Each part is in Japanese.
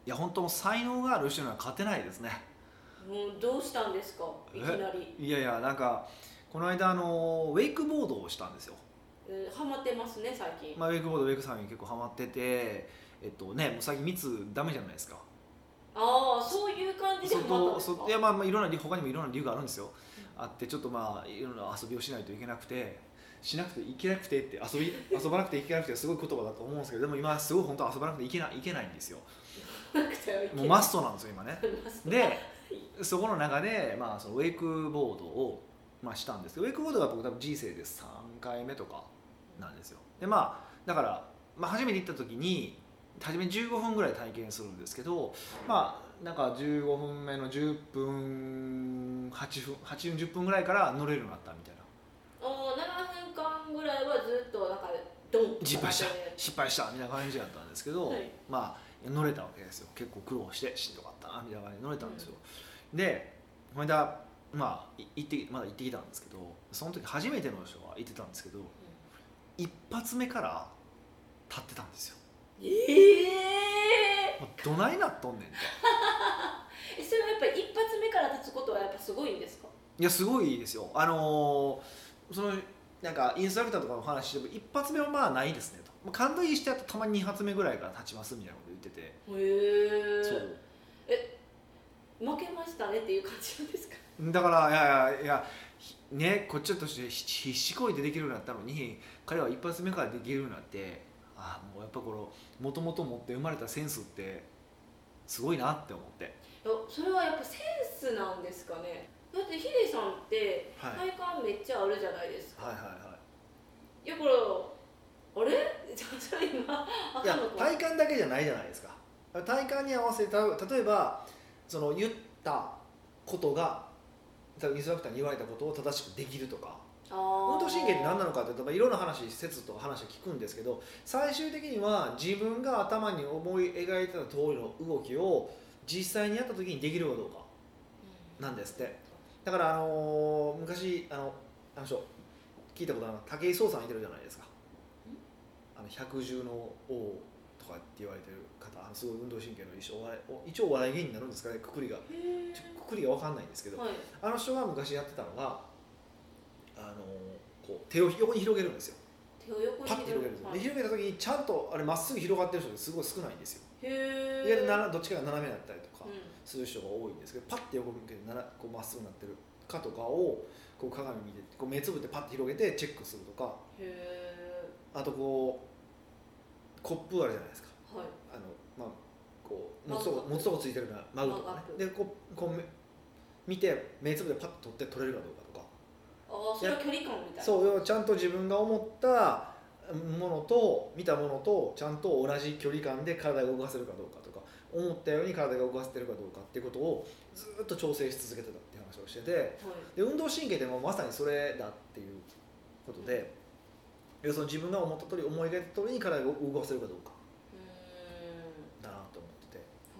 いや本当才能がある人には勝てないですね。 もうどうしたんですかいきなり。 いやいや、なんかこの間ウェイクボードをしたんですよ。 ハマってますね最近。 ウェイクボードウェイクサーフィン結構ハマってて、もう最近密ダメじゃないですか。 ああ、そういう感じでハマったんですか。 いやいろんな他にもいろんな理由があるんですよ。あってちょっといろんな遊びをしないといけなくていけなくてって遊ばなくていけなくてすごい言葉だと思うんですけど、でも今すごい本当は遊ばなくていけないんですよ。もうマストなんですよ今ね。でそこの中で、そのウェイクボードを、したんですけど、ウェイクボードが僕多分人生で3回目とかなんですよ。でだから、初めて行った時に初め15分ぐらい体験するんですけど、なんか15分目の10分8分10分ぐらいから乗れるようになったみたいな。 7分間ぐらいはずっとなんかドン失敗したみたいな感じだったんですけど、 はい、 乗れたわけですよ。結構苦労してしんどかったなみたいな感じで乗れたんですよ。でこの間行ってきたんですけど、その時初めての人が行ってたんですけど、一発目から立ってたんですよ。どないなっとんねんとそれはやっぱり一発目から立つことはやっぱすごいんですか。 いやすごいですよ。そのなんかインストラクターとかの話しても一発目はないですねと、感動してやたまに2発目ぐらいから立ちますみたいなこと言ってて、そう負けましたねっていう感じなんですか。 だからいやね、こっちとして必死こいてできるようになったのに彼は一発目からできるようになって、もうやっぱもともと持って生まれたセンスってすごいなって思って。 それはやっぱセンスなんですかね。だってヒデさんって体感めっちゃあるじゃないですか。いやこれあれそれ今いや体感だけじゃないじゃないですか。体感に合わせて例えばその言ったことがインストラクターに言われたことを正しくできるとか、運動神経って何なのかっていろんな説と話を聞くんですけど、最終的には自分が頭に思い描いてた通りの動きを実際にやった時にできるかどうかなんですって。だから昔あの人聞いたことある武井壮さんいてるじゃないですか。百獣の王とかって言われてる方、すごい運動神経の一応お笑い芸人になるんですかね、くくりが分かんないんですけど、あの人が昔やってたのがこう手を横に広げるんですよ。パッて広げるんですよ。で広げた時にちゃんとまっすぐ広がってる人ってすごい少ないんですよ。どっちかが斜めになったりとかする人が多いんですけど、パッて横向けてこうまっすぐになってるかとかをこう鏡見てこう目つぶってパッて広げてチェックするとか、あとこうコップあるじゃないですか、こう持つとこついてるマグとかね、でこう見て目つぶってパッと取れるかどうかとか。 それは距離感みたいな。 そうちゃんと自分が思ったものと見たものとちゃんと同じ距離感で体が動かせるかどうかとか、思ったように体が動かせてるかどうかっていうことをずっと調整し続けてたっていう話をしてて、で運動神経でもまさにそれだっていうことで、要するに自分が思った通り思い描いた通りに体が動かせるかどうかだなと思ってて、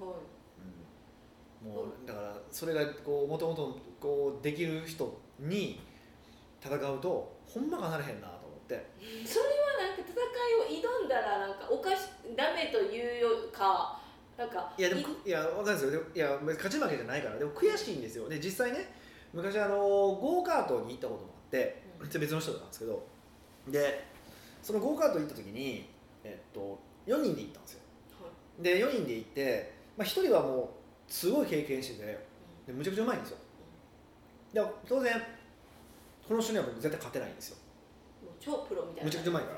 もうだからそれがもともとできる人に戦うとほんまがなれへんなと思って。 それはなんか戦いを挑んだらなんかダメというよかなんかいや分かるんですよ。いや勝ち負けじゃないから。でも悔しいんですよ。で実際ね、昔ゴーカートに行ったこともあって、別の人なんですけど、でそのゴーカート行った時に4人で行ったんですよ。で4人で行って、1人はもうすごい経験してて、でむちゃくちゃうまいんですよ。で当然この人には僕絶対勝てないんですよ。 超プロみたいな。 むちゃくちゃうまいから。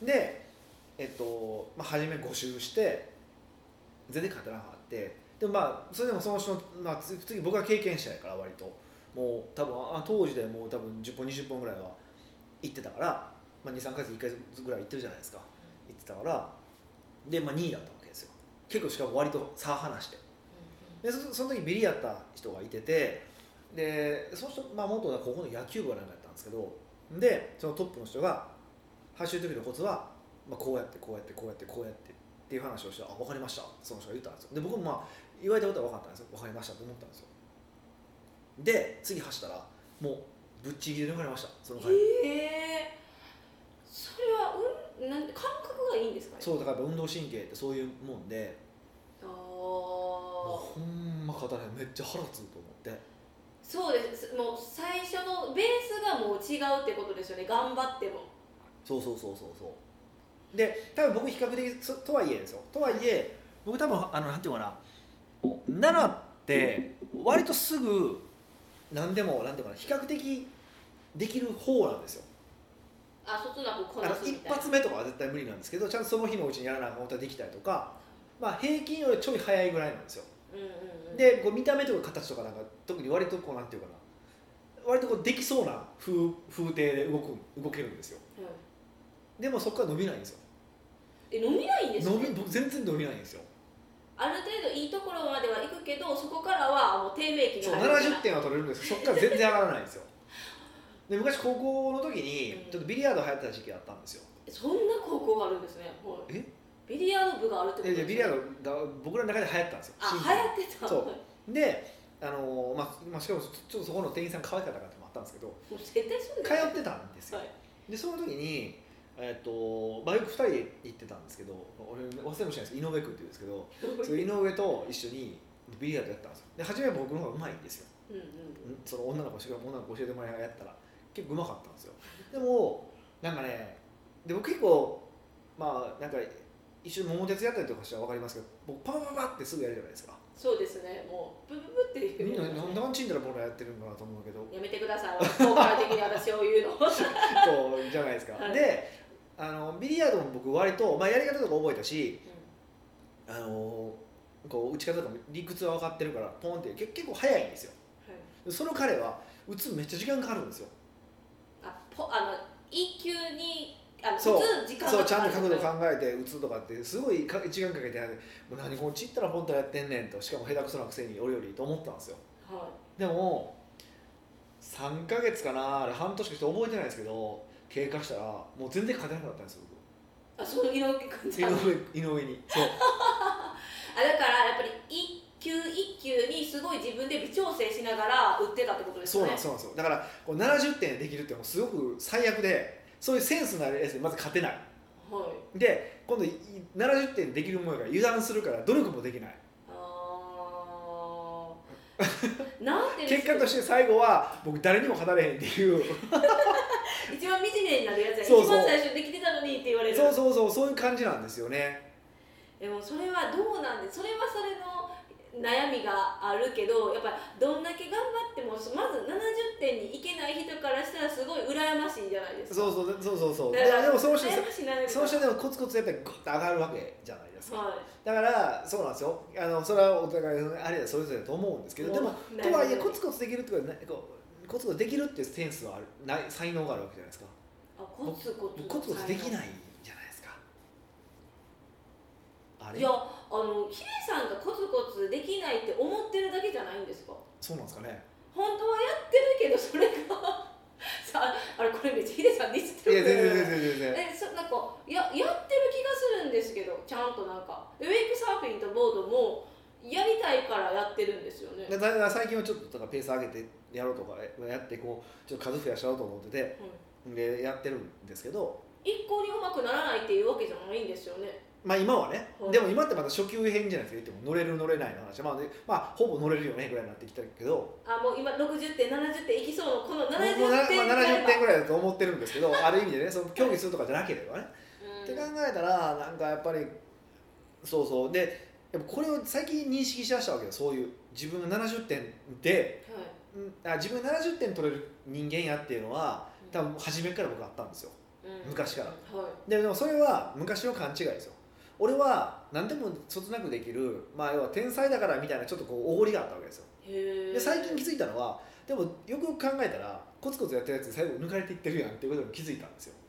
で初め5周して全然勝てなかった。でもそれでもその人の、次僕は経験者やから割ともう多分当時でもう多分10本20本ぐらいは行ってたから、23回ずつ1回ずつぐらい行ってるじゃないですか。行ってたからで、2位だったわけですよ。結構しかも割と差離して、でその時ビリやった人がいてて、でその人、元は高校の野球部がなんかやったんですけど、でそのトップの人が走る時のコツは、こうやってこうやってこうやってこうやってっていう話をして分かりましたその人が言ったんですよ。で僕も言われたことは分かったんですよ。分かりましたと思ったんですよ。で次走ったらもうぶっちぎりで分かりましたその回。 それは感覚がいいんですかね。 そうだから運動神経ってそういうもんで、 勝たないめっちゃ腹立つと思って。 そうです。もう最初のベースがもう違うってことですよね、頑張っても。 そうで多分僕比較的とはいえですよ、とはいえ僕多分なんていうかな、7って割とすぐ何でもなんていうかな、比較的できる方なんですよ。 そつなくこなすみたいな。 一発目とかは絶対無理なんですけど、ちゃんとその日のうちにやらなあかんことができたりとか、まあ、平均よりちょい早いぐらいなんですよ。でこう見た目とか形とかなんか特に割とこうなんていうかな、割とこうできそうな風景で動けるんですよ、でもそこから伸びないんですよ。 伸びないんですか？ 僕全然伸びないんですよ。 ある程度いいところまでは行くけど、そこからはもう低迷期に入る。そう70点は取れるんですけど、そこから全然上がらないんですよ。で昔高校の時にちょっとビリヤード流行ってた時期あったんですよ。 そんな高校があるんですね。ビリヤード部があるってことですね。 ビリヤードが僕らの中で流行ったんですよ。 流行ってた。 そうでしかもちょっとそこの店員さん可愛かった方もあったんですけど、 絶対そう通ってたんですよ、でその時によく2人で行ってたんですけど、俺忘れもしないんですけど、井上君って言うんですけどそ井上と一緒にビリヤードやったんですよ。で初めは僕の方がうまいんですよ、その女の子教えてもらいながらやったら結構うまかったんですよ。でもなんかね、で僕結構なんか一緒に桃鉄やったりとかしたら分かりますけど、僕パってすぐやるじゃないですか。 そうですね、もうブブブっていう。 みんな何チンだら僕らやってるのかなと思うけど、 やめてください、効果的に私を言うの。 そうじゃないですか、でビリヤードも僕割と、やり方とか覚えたし、こう打ち方とかも理屈は分かってるからポンって結構早いんですよ、その彼は打つめっちゃ時間かかるんですよ。 一球にそうちゃんと角度考えて打つとかってすごい時間かけて、もう何このちったら本当やってんねんと、しかも下手くそなくせに俺よりと思ったんですよ、でも3ヶ月かな、あれ半年かして覚えてないですけど経過したらもう全然勝てなくなったんですよ、 僕。その井上君井上にそうだからやっぱり一球一球にすごい自分で微調整しながら打ってたってことですね。 そうなんですよ。だからこう70点できるってもうすごく最悪で、そういうセンスのあるやつでまず勝てない、で今度70点できるものが油断するから努力もできないなんて結果として最後は僕誰にも勝たれへんっていう一番惨めになるやつや、一番最初できてたのにって言われる。 そういう感じなんですよね。 でもそれはどうなんで、それはそれの悩みがあるけど、やっぱりどんだけ頑張ってもまず70点にいけない人からしたらすごい羨ましいじゃないですか。 そうでもその人でもコツコツやっぱりグッと上がるわけじゃないですか、だからそうなんですよ、それはお互いあれはそれぞれだと思うんですけど、でもとはいえコツコツできるっていうか、コツコツできるっていうセンスはある、才能があるわけじゃないですか。 コツコツできないじゃないですか。あれいやヒデさんがコツコツできないって思ってるだけじゃないんですか。 そうなんですかね。 本当はやってるけどそれがこれめっちゃヒデさんディスってる。 いや全然なんかやってる気がするんですけど、ちゃんとなんかウェイクサーフィンとボードもやりたいからやってるんですよね。 だから最近はちょっとペース上げてやろうとかやってこうちょっと数増やしちゃおうと思ってて、でやってるんですけど、 一向にうまくならないっていうわけじゃないんですよね。 今はね、でも今ってまだ初級編じゃないですか。言っても乗れる乗れないの話、ほぼ乗れるよねぐらいになってきたけど、 もう今60点70点いきそうのこの70点 70点ぐらいだと思ってるんですけどある意味でね、その競技するとかじゃなければね、って考えたらなんかやっぱりそうで、やっぱこれを最近認識しだしたわけよ。そういう自分が70点で、自分が70点取れる人間やっていうのは多分初めから僕あったんですよ、昔から、でもそれは昔の勘違いですよ。俺は何でもそつなくできる、要は天才だからみたいなちょっとこうおごりがあったわけですよ。で最近気づいたのは、でもよくよく考えたらコツコツやってるやつ最後抜かれていってるやんっていうことに気づいたんですよ。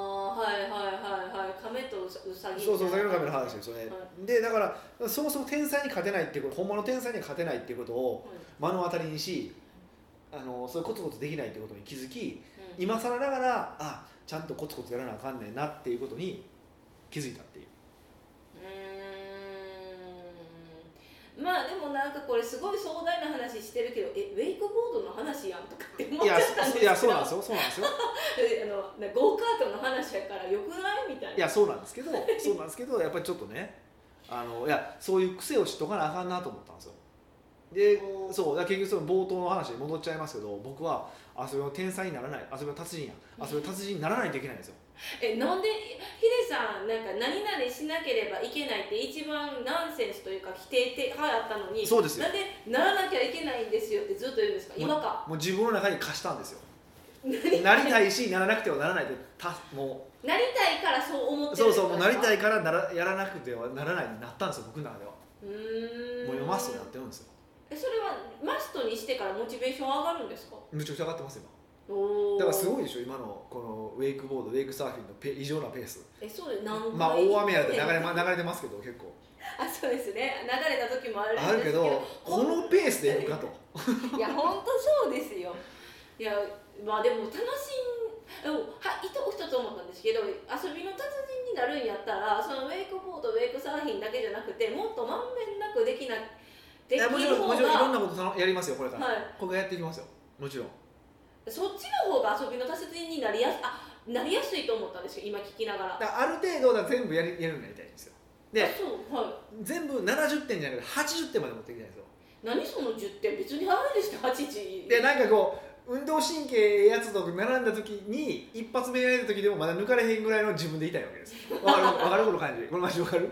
亀とウサギ。 先の亀の話ですよね、でだからそもそも天才に勝てないっていうこと、本物の天才に勝てないっていうことを目の当たりにし、そういうコツコツできないっていうことに気づき、今更ながらちゃんとコツコツやらなあかんねんなっていうことに気づいたっていう。 でもなんかこれすごい壮大な話してるけど、ウェイクボードの話やんとかって思っちゃったんですけど、 いやそうなんですよゴーカートの話やからよくないみたいな。 いやそうなんですけどやっぱりちょっとね、そういう癖をしとかなあかんなと思ったんですよ。 でそうだ結局その冒頭の話に戻っちゃいますけど、僕は遊びの天才にならない、遊びの達人や遊びの達人にならないといけないんですよ。 なんでヒデさんなんか何々しなければいけないって一番ナンセンスというか否定派やったのに、 そうですよ、 なんでならなきゃいけないんですよってずっと言うんですか？今かもう自分の中に課したんですよなりたいしならなくてはならないってもうなりたいからそう思ってるんですか？ そうそう、もうなりたいからやらなくてはならないになったんですよ、僕の中では。もう読マストになってるんですよ。 それはマストにしてからモチベーション上がるんですか？ むちゃくちゃ上がってます今。だからすごいでしょ今のこのウェイクボードウェイクサーフィンの異常なペース。 そうです。何まあ大雨やって流れてますけど結構。 そうですね、流れた時もあるんですけど、 あるけどこのペースでいくかといや本当そうですよ。いやまあでも楽し一つ思ったんですけど、遊びの達人になるんやったらそのウェイクボードウェイクサーフィンだけじゃなくてもっとまんべんなくできる方が、 もちろんいろんなことやりますよこれから、 はい、 これやっていきますよもちろん。 そっちの方が遊びの達人になりやすいと思ったんですよ今聞きながら。 ある程度だ全部やるようになりたいんですよ。で、 はい、 全部70点じゃなくて80点まで持っていきたいんですよ。 何その10点別にあれですね8時でなんかこう運動神経やつと並んだ時に一発目やられた時でもまだ抜かれへんぐらいの自分でいたいわけです。わかるこの感じ、この感じわかる？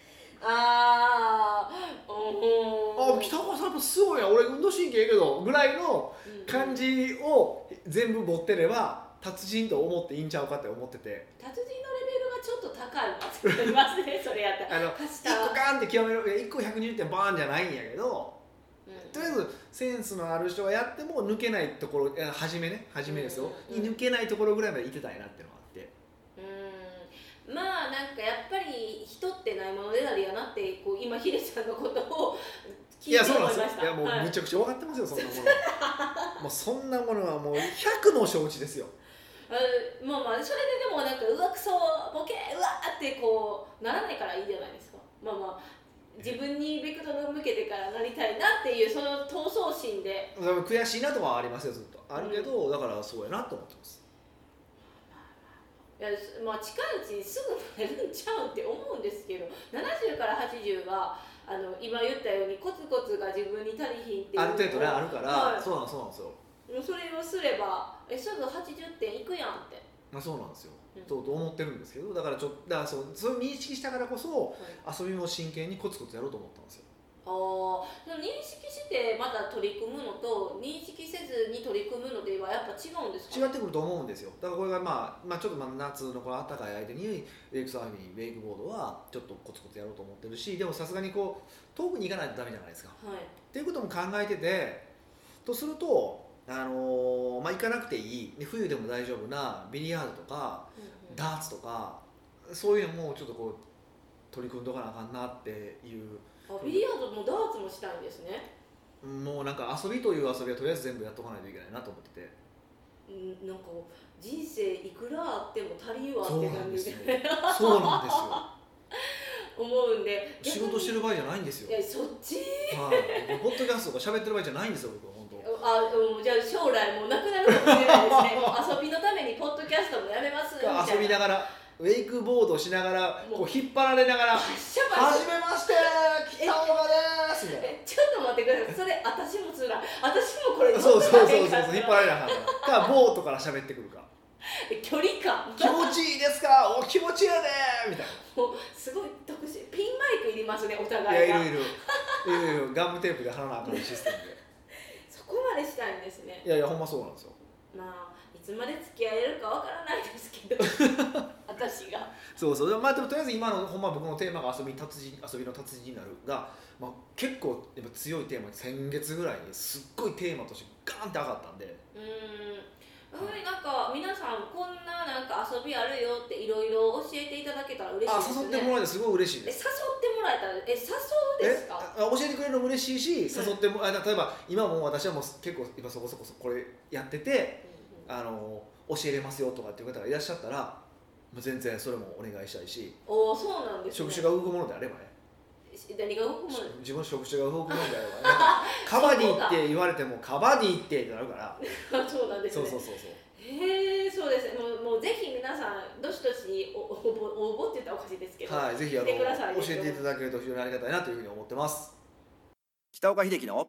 北川さんやっぱすごいな、俺運動神経やけどぐらいの感じを全部持ってれば達人と思っていいんちゃうかって思ってて、 達人のレベルがちょっと高いますねそれやったら。 1個ガーンって極める、1個120点バーンじゃないんやけど、とりあえずセンスのある人がやっても抜けないところ、初めですよ、抜けないところぐらいまでいってたいなっていうのがあって。 まあなんかやっぱり人ってないものでなりやなってこう今ヒデさんのことを聞いて思いました。 いやもうむちゃくちゃ分かってますよ、そんなものはもうそんなものはもう100も承知ですよ。 まあそれででもなんかうわくそボケうわってこうならないからいいじゃないですか。まあ自分にベクトルを向けてからなりたいなっていうその闘争心で悔しいなとはありますよ、ずっとあるけど、だからそうやなと思ってます。 いやまあ近いうちにすぐなれるんちゃうって思うんですけど、70から80は今言ったようにコツコツが自分に足りひんっていうある程度ねあるから、 はい、 そうなんですよ。 それをすればすぐ80点いくやんって、 そうなんですよ、と思ってるんですけど、だからそう認識したからこそ、遊びも真剣にコツコツやろうと思ったんですよ。 認識してまた取り組むのと認識せずに取り組むのではやっぱ違うんですか？ 違ってくると思うんですよ。だからこれがちょっと夏のこの暖かい間にウェイクサーフィンウェイクボードはちょっとコツコツやろうと思ってるし、でもさすがにこう遠くに行かないとダメじゃないですか、っていうことも考えてて、とすると行かなくていい冬でも大丈夫なビリヤードとか、ダーツとかそういうのもちょっとこう取り組んどかなあかんなっていう。 ビリヤードもダーツもしたいんですね。 もうなんか遊びという遊びはとりあえず全部やっとかないといけないなと思ってて、 なんか人生いくらあっても足りんわって感じでそうなんですよ思うんで、 仕事してる場合じゃないんですよ。 いやそっちポッドキャストとか喋ってる場合じゃないんですよ僕は本当。 じゃあ将来もうなくなるかもしれないですね遊びのためにポッドキャストもやめますみたいな。 遊びながらウェイクボードしながらこう引っ張られながら「はじめまして北岡です」みたいな。 ちょっと待ってください、それ私もつらい、私もこれそう引っ張られなかったからボートから喋ってくるか距離感気持ちいいですか、お気持ちいいやねみたいな。 もうすごい特殊、ピンマイクいりますねお互いが。 いるガムテープで貼らなあかんシステムでそこまでしたいんですね。 いやほんまそうなんですよ。 いつまで付き合えるかわからないですけど私がそうでもとりあえず今のほんま僕のテーマが遊びの達人になるが、結構やっぱ強いテーマで先月ぐらいにすっごいテーマとしてガーンって上がったんで、 なんか皆さんこんななんか遊びあるよっていろいろ教えていただけたら嬉しいですね。 誘ってもらえてすごい嬉しいです。 誘ってもらえたら誘うですか？ 教えてくれるのも嬉しいし、誘っても例えば今も私はもう結構今そこそここれやってて、教えれますよとかっていう方がいらっしゃったらもう全然それもお願いしたいし。 そうなんですね。 職種が動くものであればね。 何が動くもの？ 自分の職種が動くものであればねカバディって言われてもカバディってなるからそうなんですね。 そうへえ、そうですね。もうぜひ皆さんどしどし応募って言ったらおかしいですけど、 ぜひ教えていただけると非常にありがたいなというふうに思ってます。北岡秀樹の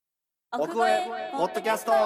奥越えポッドキャスト。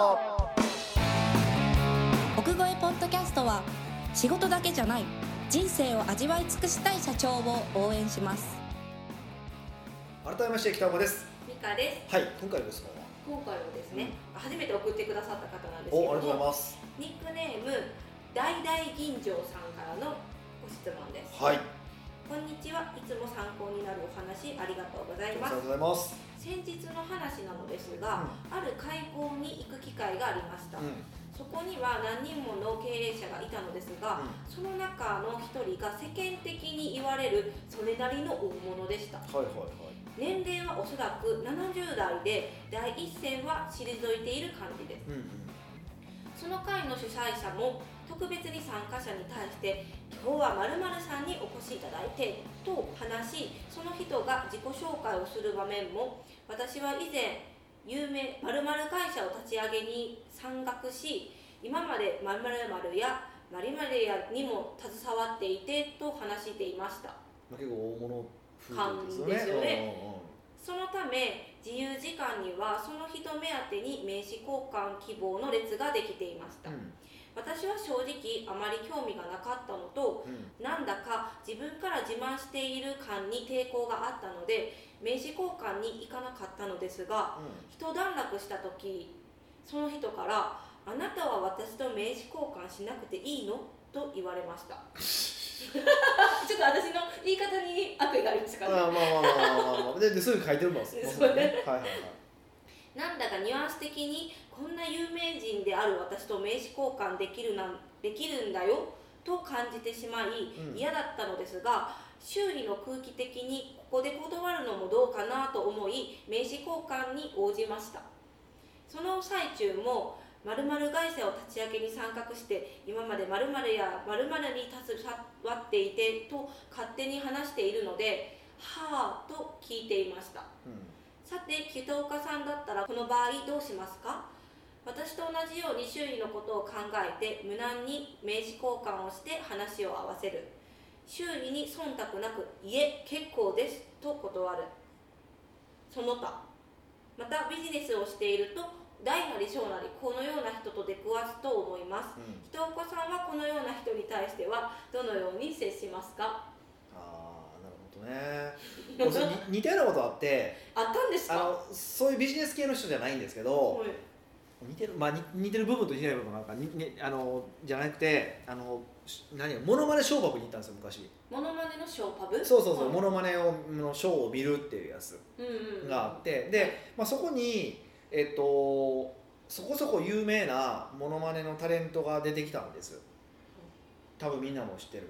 奥越えポッドキャストは仕事だけじゃない人生を味わい尽くしたい社長を応援します。 改めまして北岡です。 ミカです。 はい、今回の質問は今回はですね、初めて送ってくださった方なんですけども、 ありがとうございます。 ニックネーム大々吟醸さんからのご質問です。 はい、 こんにちは。いつも参考になるお話ありがとうございます。 ありがとうございます。 先日の話なのですが、ある会合に行く機会がありました。そこには何人もの経営者がいたのですが、その中の一人が世間的に言われるそれなりの大物でした。年齢はおそらく70代で第一線は退いている感じです。その会の主催者も特別に参加者に対して今日は〇〇さんにお越しいただいてと話し、その人が自己紹介をする場面も、私は以前有名〇〇会社を立ち上げに参画し、今まで〇〇や〇〇やにも携わっていてと話していました。 結構大物感ですよね。そのため自由時間にはその人目当てに名刺交換希望の列ができていました。私は正直あまり興味がなかったのと、なんだか自分から自慢している感に抵抗があったので名刺交換に行かなかったのですが、一段落した時、その人からあなたは私と名刺交換しなくていいのと言われました。ちょっと私の言い方に悪意がありますかね。 でそういう書いてるもんですね。なんだかニュアンス的にこんな有名人である私と名刺交換できるんだよと感じてしまい嫌だったのですが、周囲の空気的にここで断るのもどうかなと思い名刺交換に応じました。その最中も〇〇会社を立ち上げに参画して今まで〇〇や〇〇に携わっていてと勝手に話しているので、はぁと聞いていました。さて北岡さんだったらこの場合どうしますか？私と同じように周囲のことを考えて無難に名刺交換をして話を合わせる。周囲に忖度なくいえ結構ですと断る。その他またビジネスをしていると大なり小なりこのような人と出くわすと思います。北岡さんはこのような人に対してはどのように接しますか？ なるほどね。似たようなことあってあったんですか？ そういうビジネス系の人じゃないんですけど、似てる部分と似てない部分なんかじゃなくてモノマネショーパブに行ったんですよ昔。 モノマネのショーパブ？ そう、モノマネのショーを見るっていうやつがあって、で、そこにそこそこ有名なモノマネのタレントが出てきたんです。多分みんなも知ってる。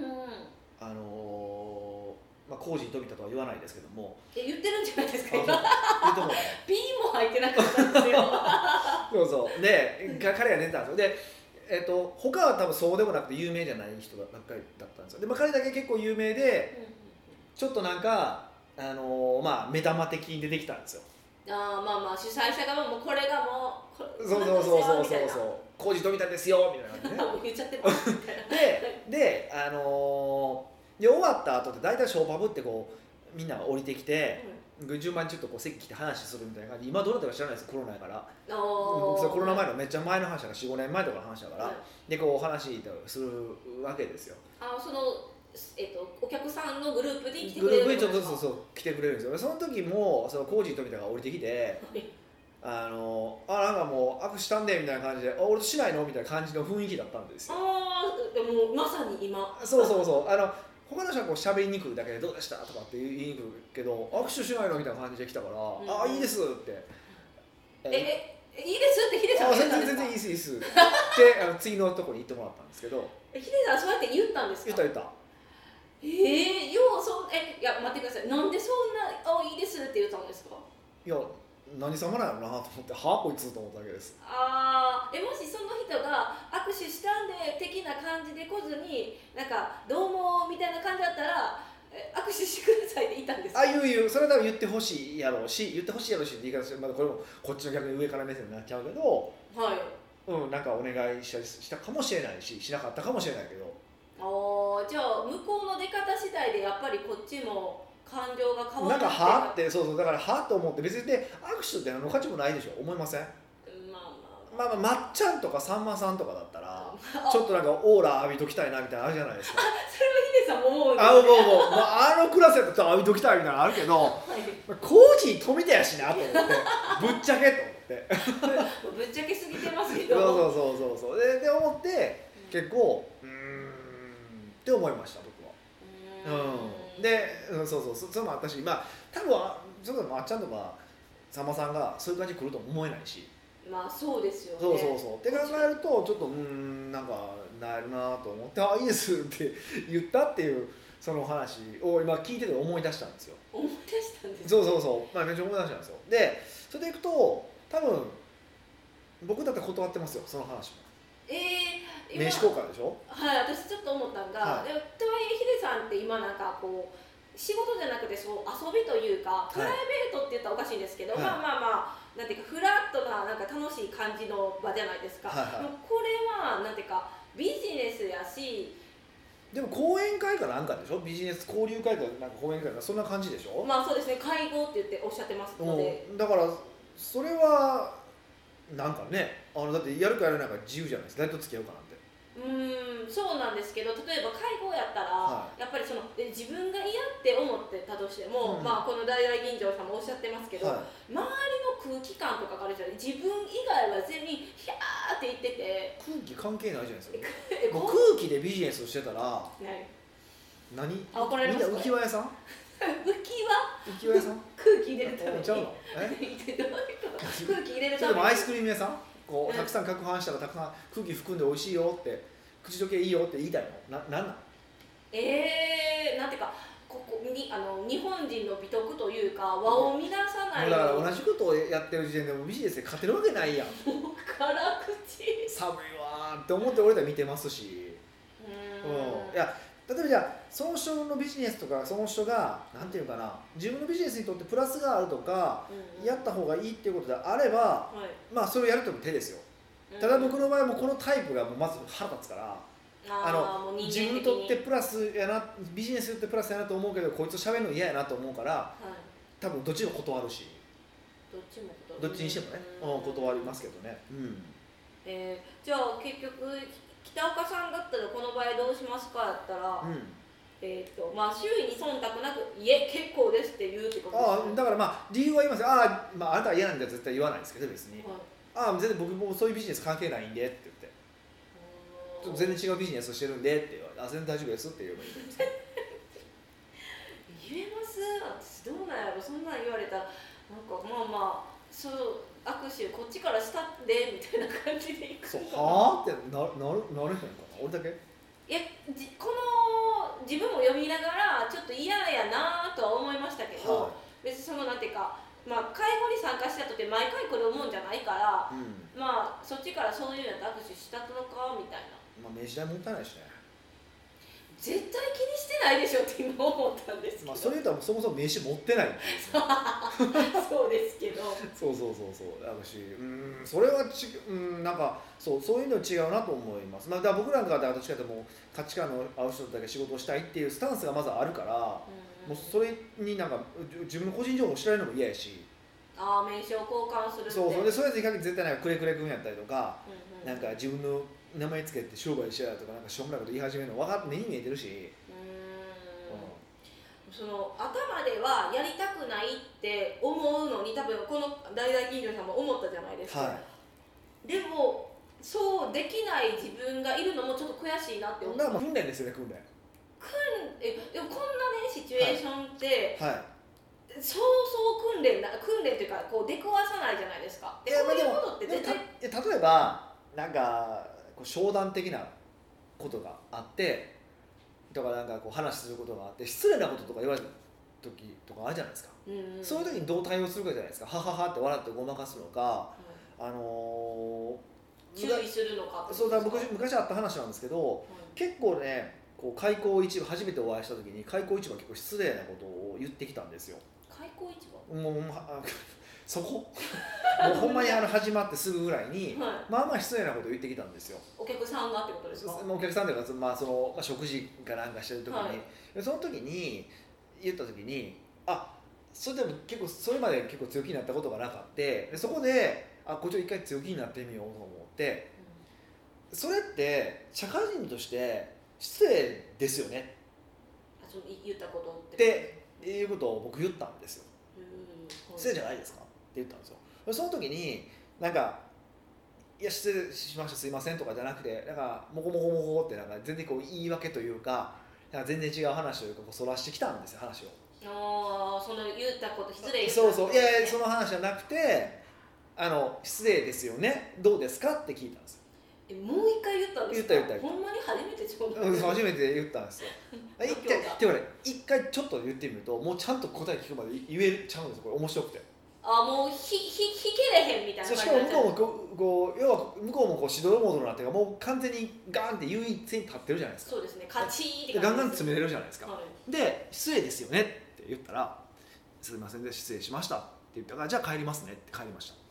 コージー飛びたとは言わないですけども、 言ってるんじゃないですか今。 言ってもらピーも入ってなかったんですよ。 そうで彼が出てたんですよ。で他は多分そうでもなくて有名じゃない人ばっかりだったんですよ。で、彼だけ結構有名で、ちょっとなんか目玉的に出てきたんですよ。 主催者側もこれがもうそうコージー飛びたですよみたいな感じで、 言っちゃってますみたいな。 で終わった後って大体ショーパブってみんなが降りてきて、順番にちょっと席来て話するみたいな感じ。今どうなったか知らないです、コロナやから。僕コロナ前のめっちゃ前の話だから 4,5 年前とかの話だから、で話するわけですよ。 お客さんのグループで来てくれるんですか？ そう来てくれるんですよ。その時もコージー富田が降りてきてなんかもう握手したんでみたいな感じで、俺としないのみたいな感じの雰囲気だったんですよ。 でもまさに今そう他の人は喋りに来るだけでどうでしたとかって言いに来るけど、握手しないのみたいな感じで来たから、いいですって、 いいですってヒデさんが言ったんですか？ 全然いいですで次のとこに行ってもらったんですけど、 ヒデさんそうやって言ったんですか？ 言ったいや待ってください、なんでそんないいですって言ったんですか？ いや何様なんやろなと思って、はあこいつと思ったわけです。 もしその人が握手したんで的な感じで来ずに、なんかどうもみたいな感じだったら握手してくださいって言ったんですか？ 言うそれは多分言ってほしいやろうしって言い方して、これもこっちの逆に上から目線になっちゃうけど、なんかお願いしたかもしれないし、しなかったかもしれないけど、 じゃあ向こうの出方次第でやっぱりこっちも感情が変わるなんかはってそうだからはと思って別にで握手って何の価値もないでしょ思いません？まあまっちゃんとかさんまさんとかだったらちょっとなんかオーラ浴びときたいなみたいなのあるじゃないですか。 それはヒデさんも思うんですもう、あのクラスやったら浴びときたいみたいなのあるけど、 はい、 コージー富田やしなと思ってぶっちゃけと思ってぶっちゃけすぎてますけどそうで思って結構って思いました僕は。で、そうそれもあったし、まあ多分それこそまっちゃんとかさんまさんがそういう感じで来ると思えないし、 まあそうですよね。 そうって考えるとちょっとなんかなるなと思っていいですって言ったっていうその話を今聞いてて思い出したんですよ。 思い出したんです、 そうまあめっちゃ思い出したんですよ。でそれでいくと多分僕だって断ってますよその話も。名刺交換でしょ。 はい、私ちょっと思ったんが、とはいえヒデさんって今なんかこう仕事じゃなくてそう遊びというかプライベートって言ったらおかしいんですけど、まあなんていうかフラットななんか楽しい感じの場じゃないですか。もうこれはなんていうかビジネスやし。 でも講演会かなんかでしょ。ビジネス交流会かなんか講演会かそんな感じでしょ。 まあそうですね、会合って言っておっしゃってますので、 だからそれはなんかねだってやるかやらないか自由じゃないですか。誰と付き合うかなんて。 そうなんですけど、例えば会合やったら、やっぱりその自分が嫌って思ってたとしても、まあこの大々吟醸さんもおっしゃってますけど、周りの空気感とかがあるじゃない。自分以外は全員ヒャーって言ってて空気関係ないじゃないですか。もう空気でビジネスをしてたら何？みんな浮き輪屋さん？ 浮き輪屋さん？ 空気入れるために。 ちゃうの？ 空気入れるために。 それでもアイスクリーム屋さん？こうたくさん攪拌したらたくさん空気含んで美味しいよって口どけいいよって言いたいの？なんなん？なんていうかここに日本人の美徳というか和を乱さない。 だから同じことをやってる時点でもビジネスで勝てるわけないやん。 もう辛口。 寒いわーって思って俺ら見てますし。いや例えばじゃあその人のビジネスとかその人がなんていうかな自分のビジネスにとってプラスがあるとか、やった方がいいっていうことであれば、まあそれをやるとも手ですよ。ただ僕の場合もこのタイプがもうまず腹立つから自分にとってプラスやなビジネスにとってプラスやなと思うけどこいつと喋るの嫌やなと思うから、多分どっちも断るしどっちにしてもね断りますけどね。 じゃあ結局北岡さんだったらこの場合どうしますかやったら、まあ周囲に忖度なく「いえ結構です」って言うってことですね。 だからまあ理由は言いますよ。あなたは嫌なんだ絶対言わないですけど別に、全然僕もそういうビジネス関係ないんでって言って、ちょっと全然違うビジネスをしてるんでって言われて全然大丈夫ですって言えばいいと思います。 言えます？私どうなんやろ。そんなん言われたらなんかまあそう握手こっちからしたでみたいな感じでいくそうはぁってなれへんかな俺だけ。 いやこの自分も読みながらちょっと嫌やなとは思いましたけど、別にそのなんていうか、まあ、介護に参加したとって毎回来るもんじゃないから、まあそっちからそういうやつ握手したのかみたいな。 まあ名刺代もったいないしね。 絶対気にしてないでしょって今思ったんですけど、 それ言うとそもそも名刺持ってないそうですけどそうあるしそれはなんかそういうの違うなと思います。だから僕なんかでどっちかというともう価値観の合う人だけ仕事をしたいっていうスタンスがまずあるから、もうそれになんか自分の個人情報を知られるのも嫌やし、 名刺を交換するってそれで絶対なんかくれくれ君やったりとか、なんか自分の名前つけて商売しやとかなんかしょうもないこと言い始めるの分かって目に見えてるし、 その頭ではやりたくないって思うのに多分この大々吟醸さんも思ったじゃないですか、でもそうできない自分がいるのもちょっと悔しいなって思って。 だから訓練ですよね。訓練でもこんなねシチュエーションって、そう訓練っていうかこう出くわさないじゃないですか。こういうことって絶対例えばなんかこう商談的なことがあってとかなんかこう話することがあって失礼なこととか言われた時とかあるじゃないですか、そういう時にどう対応するかじゃないですか。はははって笑ってごまかすのか、 注意するのかって。 そうだ昔あった話なんですけど、結構ねこう開口一番初めてお会いした時に開口一番結構失礼なことを言ってきたんですよ。 開口一番もうそこもうほんまに始まってすぐぐらいに、まあ失礼なことを言ってきたんですよ。 お客さんがってことですか？ お客さんというか、食事かなんかしてる時に、その時にい言った時にそれでも結構それまで結構強気になったことがなかったでそこでこっちを一回強気になってみようと思って、それって社会人として失礼ですよねそう言ったことっていうことを僕言ったんですよ。失礼じゃないですかって言ったんですよ。その時になんかいや失礼しましたすいませんとかじゃなくてなんかモコモコモコってなんか全然こう言い訳というかなんか全然違う話というかこうそらしてきたんですよ話を。 その言ったこと失礼そうそういやいやその話じゃなくて失礼ですよねどうですかって聞いたんですよ。 もう一回言ったんですか。 言ったほんまに初めて初めて言ったんですよ。一回ちょっと言ってみるともうちゃんと答え聞くまで言えちゃうんですよ。これ面白くてもう引けれへんみたいな感じ。 しかも向こうも要は向こうもこうしどろもどろなっていうかもう完全にガーンって優位に立ってるじゃないですか。 そうですねカチーってガンガン詰めれるじゃないですか、 はい、 で失礼ですよねって言ったらすいませんで失礼しましたって言ったからじゃあ帰りますねって帰りました。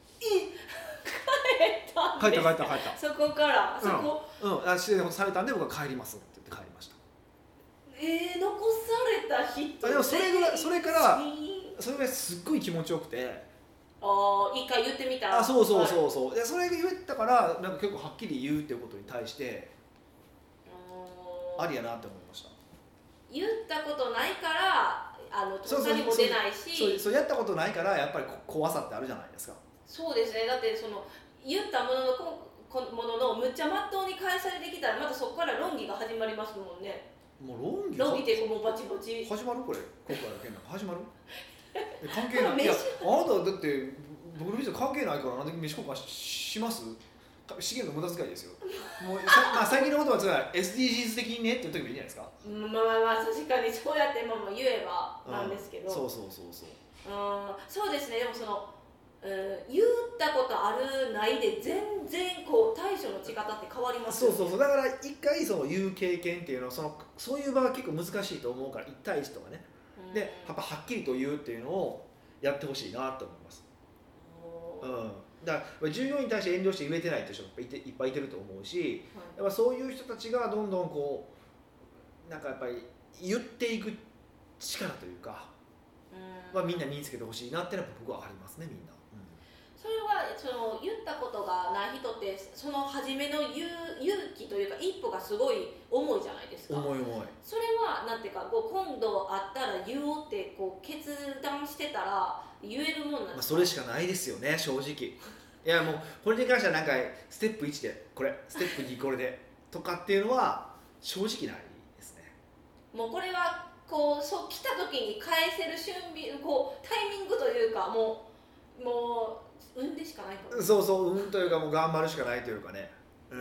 帰ったそこからそこ失礼なことされたんで僕は帰りますって言って帰りました。 残された人でもそれからそれがすっごい気持ちよくて一回言ってみたそうでそれが言ったからなんか結構はっきり言うっていうことに対してありやなって思いました。 言ったことないから他にも出ないしそうやったことないからやっぱり怖さってあるじゃないですか。 そうですね。だってその言ったもののむっちゃまっとうに返されてきたらまたそこから論議が始まりますもんね。 もう論議っていうかもうバチバチ始まるこれ今回の件なんか始まる関係ない。いやあなただって僕のビジネス関係ないからなんで飯交換します資源の無駄遣いですよ。もう最近のことはSDGs 的にねって言う時もいいじゃないですか。 確かにそうやって言えばなんですけど、 そうそうですね。でもその言ったことあるないで全然こう対処の仕方って変わりますよね。 そうだから一回その言う経験っていうのはそういう場は結構難しいと思うから1対1とかね、でやっぱはっきりと言うっていうのをやってほしいなと思います。だから従業員に対して遠慮して言えてないっていう人もいっぱいいてると思うし、やっぱそういう人たちがどんどんこうなんかやっぱり言っていく力というか、みんな身につけてほしいなっていうのは僕はありますねみんな。 それは言ったことがない人ってその初めの勇気というか一歩がすごい重いじゃないですか。 重いそれはなんていうか今度会ったら言おうって決断してたら言えるもんなんですか。 それしかないですよね正直。いやもうこれに関してはなんかステップ1でこれステップ2これでとかっていうのは正直ないですね。 もうこれはそう来た時に返せるタイミングというかもう運でしかないかも。 そう運というかもう頑張るしかないというかね、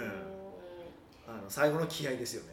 最後の気合ですよね。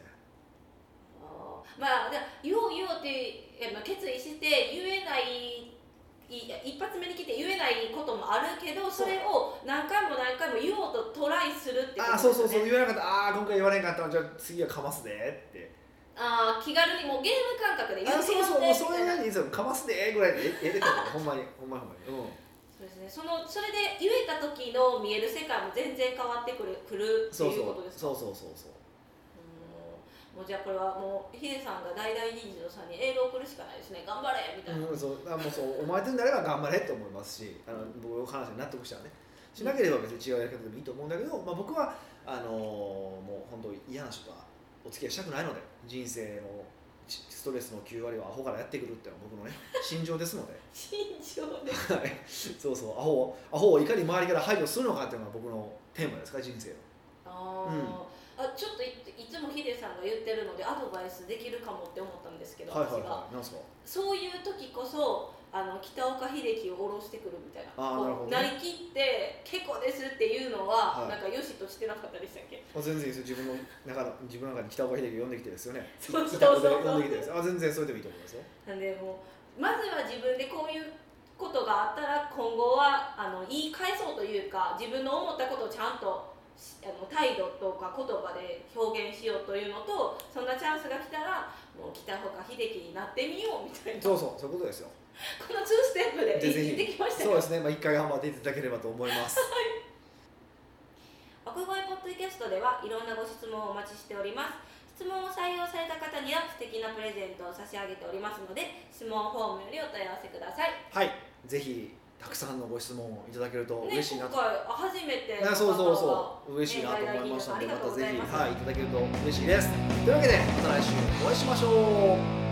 言おうって決意して言えない一発目に来て言えないこともあるけどそれを何回も言おうとトライするってことですよね。 そう言えなかった今回言われなかったじゃあ次はかますでって気軽にもうゲーム感覚で言ってよねそういうのにかますでぐらいでええかほんまにそうですね。それで言えた時の見える世界も全然変わってくるっていうことですか。 そうもうじゃあこれはもうヒデさんが大々理事長さんにエールを送るしかないですね。頑張れみたいな。 もうお前となれば頑張れと思いますし僕の話に納得したらねしなければ別に違うやり方でもいいと思うんだけど、僕はもう本当嫌な人とはお付き合いしたくないので人生のストレスの9割はアホからやってくるっていうのは僕のね心情ですので心情ですそうアホをいかに周りから排除するのかっていうのが僕のテーマですから人生の。 ちょっといつもヒデさんが言ってるのでアドバイスできるかもって思ったんですけど、 私がなんすかそういう時こそ北岡秀樹を下ろしてくるみたいな、 なるほどね、 なりきって結構ですっていうのは、なんかよしとしてなかったでしたっけ。 全然いいですよ。自分の中に北岡秀樹を呼んできてですよね。 そう呼んできてです全然それでもいいと思いますよ。 なんでもうまずは自分でこういうことがあったら今後は言い返そうというか自分の思ったことをちゃんと態度とか言葉で表現しようというのとそんなチャンスが来たらもう北岡秀樹になってみようみたいなそういうことですよ。 この2ステップでできましたよ。 そうですね、一回頑張っていただければと思います。 奥越ポッドキャストではいろんなご質問をお待ちしております。 質問を採用された方には素敵なプレゼントを差し上げておりますので、質問フォームよりお問い合わせください。 はい、ぜひたくさんのご質問をいただけると嬉しいなと、 今回初めてのそうそう方がそう嬉しいなと思いましたので、またぜひ、 ありがとうございます。 はい、いただけると嬉しいです。というわけでまた来週お会いしましょう。